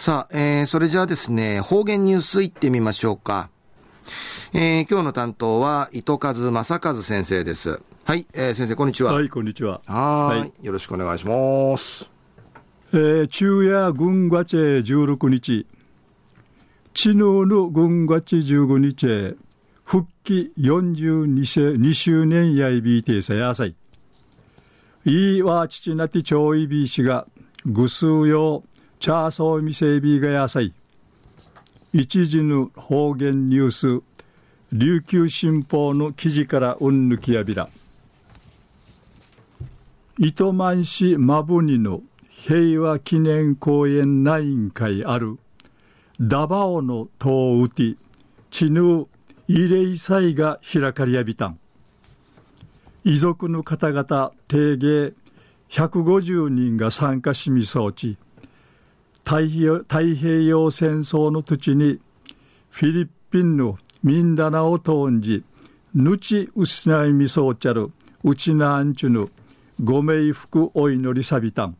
さあ、それじゃあですね、方言ニュースいってみましょうか。今日の担当は糸数正和先生です。はい、先生こんにちは。 はい、こんにちは。 はい、よろしくお願いします。 昼夜軍月16日、昨日の軍月15日、復帰42周年やいびいてさやさい。いいわ父なてちょいびいしが、ぐすうよう、チャーソーみせびがやさい。一時の方言ニュース、琉球新報の記事からうんぬきやびら。糸満市摩文仁の平和記念公園内委員会あるダバオの塔うてちぬ慰霊祭が開かれやびたん。遺族の方々定芸150人が参加しみそうち、太平洋戦争の土地にフィリピンのミンダナオトンジぬちうしないみそうちゃるうちなんちゅぬご冥福お祈りさびたん。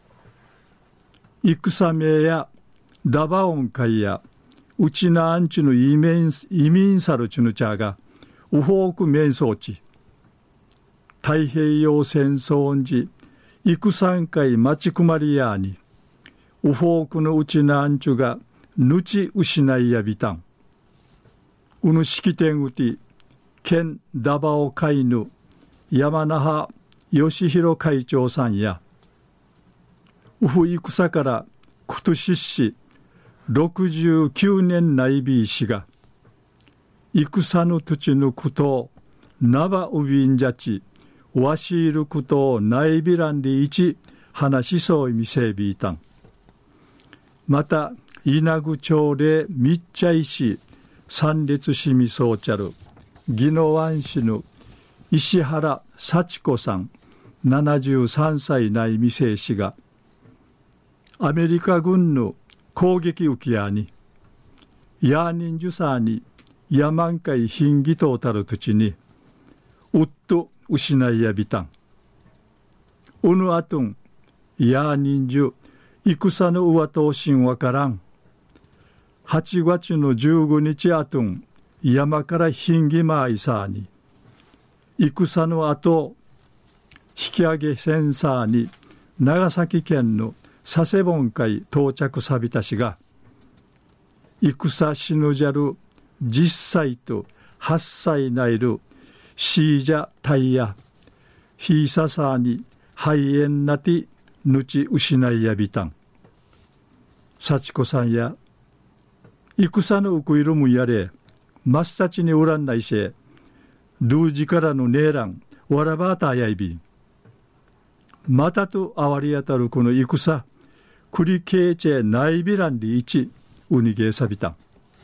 戦名やダバオン会やうちなんちゅぬ移民さるちゅぬちゃがうほうくめんそうち、太平洋戦争んじ戦会待ちくまりやにウフォークのうちなんちゅがぬち失いやびたん。うぬ式典うて県ダバオ会ぬ山那義弘会長さんやウフ戦からくとしっし69年内びいしが戦の土地のことなばうびんじゃちわしいること内びらんでいち話しそうみせびいたん。また稲具町でみっちゃいし参列しみそうちゃる宜野湾市の石原幸子さん73歳内未成氏がアメリカ軍の攻撃受けやにヤーニンジュサーに山んかい貧義とたる土地にうっと失いやびたん。うぬあとんヤーニンジュ戦のうわとうしんわからん。8月の15日あとん山から貧義まいさに戦のあと引き上げセンサーに長崎県の佐世保海到着さびたしが戦しぬじゃる10歳と8歳ないるシージャタイヤヒーササーに肺炎なてぬち失いやびたん。幸子さんや戦のうくいるむやれ真っ先におらんないせドゥージからのねえらんわらばたやいびん。またとあわり当たるこの戦クリケーチェないびらんりいちうにげさびたん。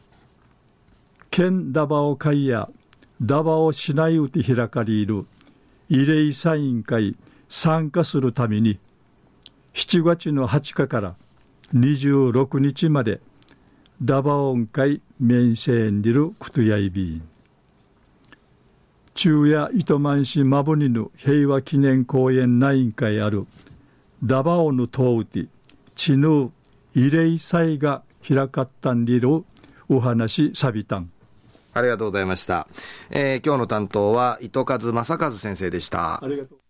県ダバオ会やダバオしないうて開かれる慰霊祭委員会参加するために7月の20日から26日までダバオン会面せんりるくとやいびん。昼夜糸満市摩文仁の平和記念公園内委員会あるダバオの塔うてちぬ慰霊祭が開かったんりるお話さびたん。 ありがとうございました。今日の担当は糸数正和先生でした。 ありがとう。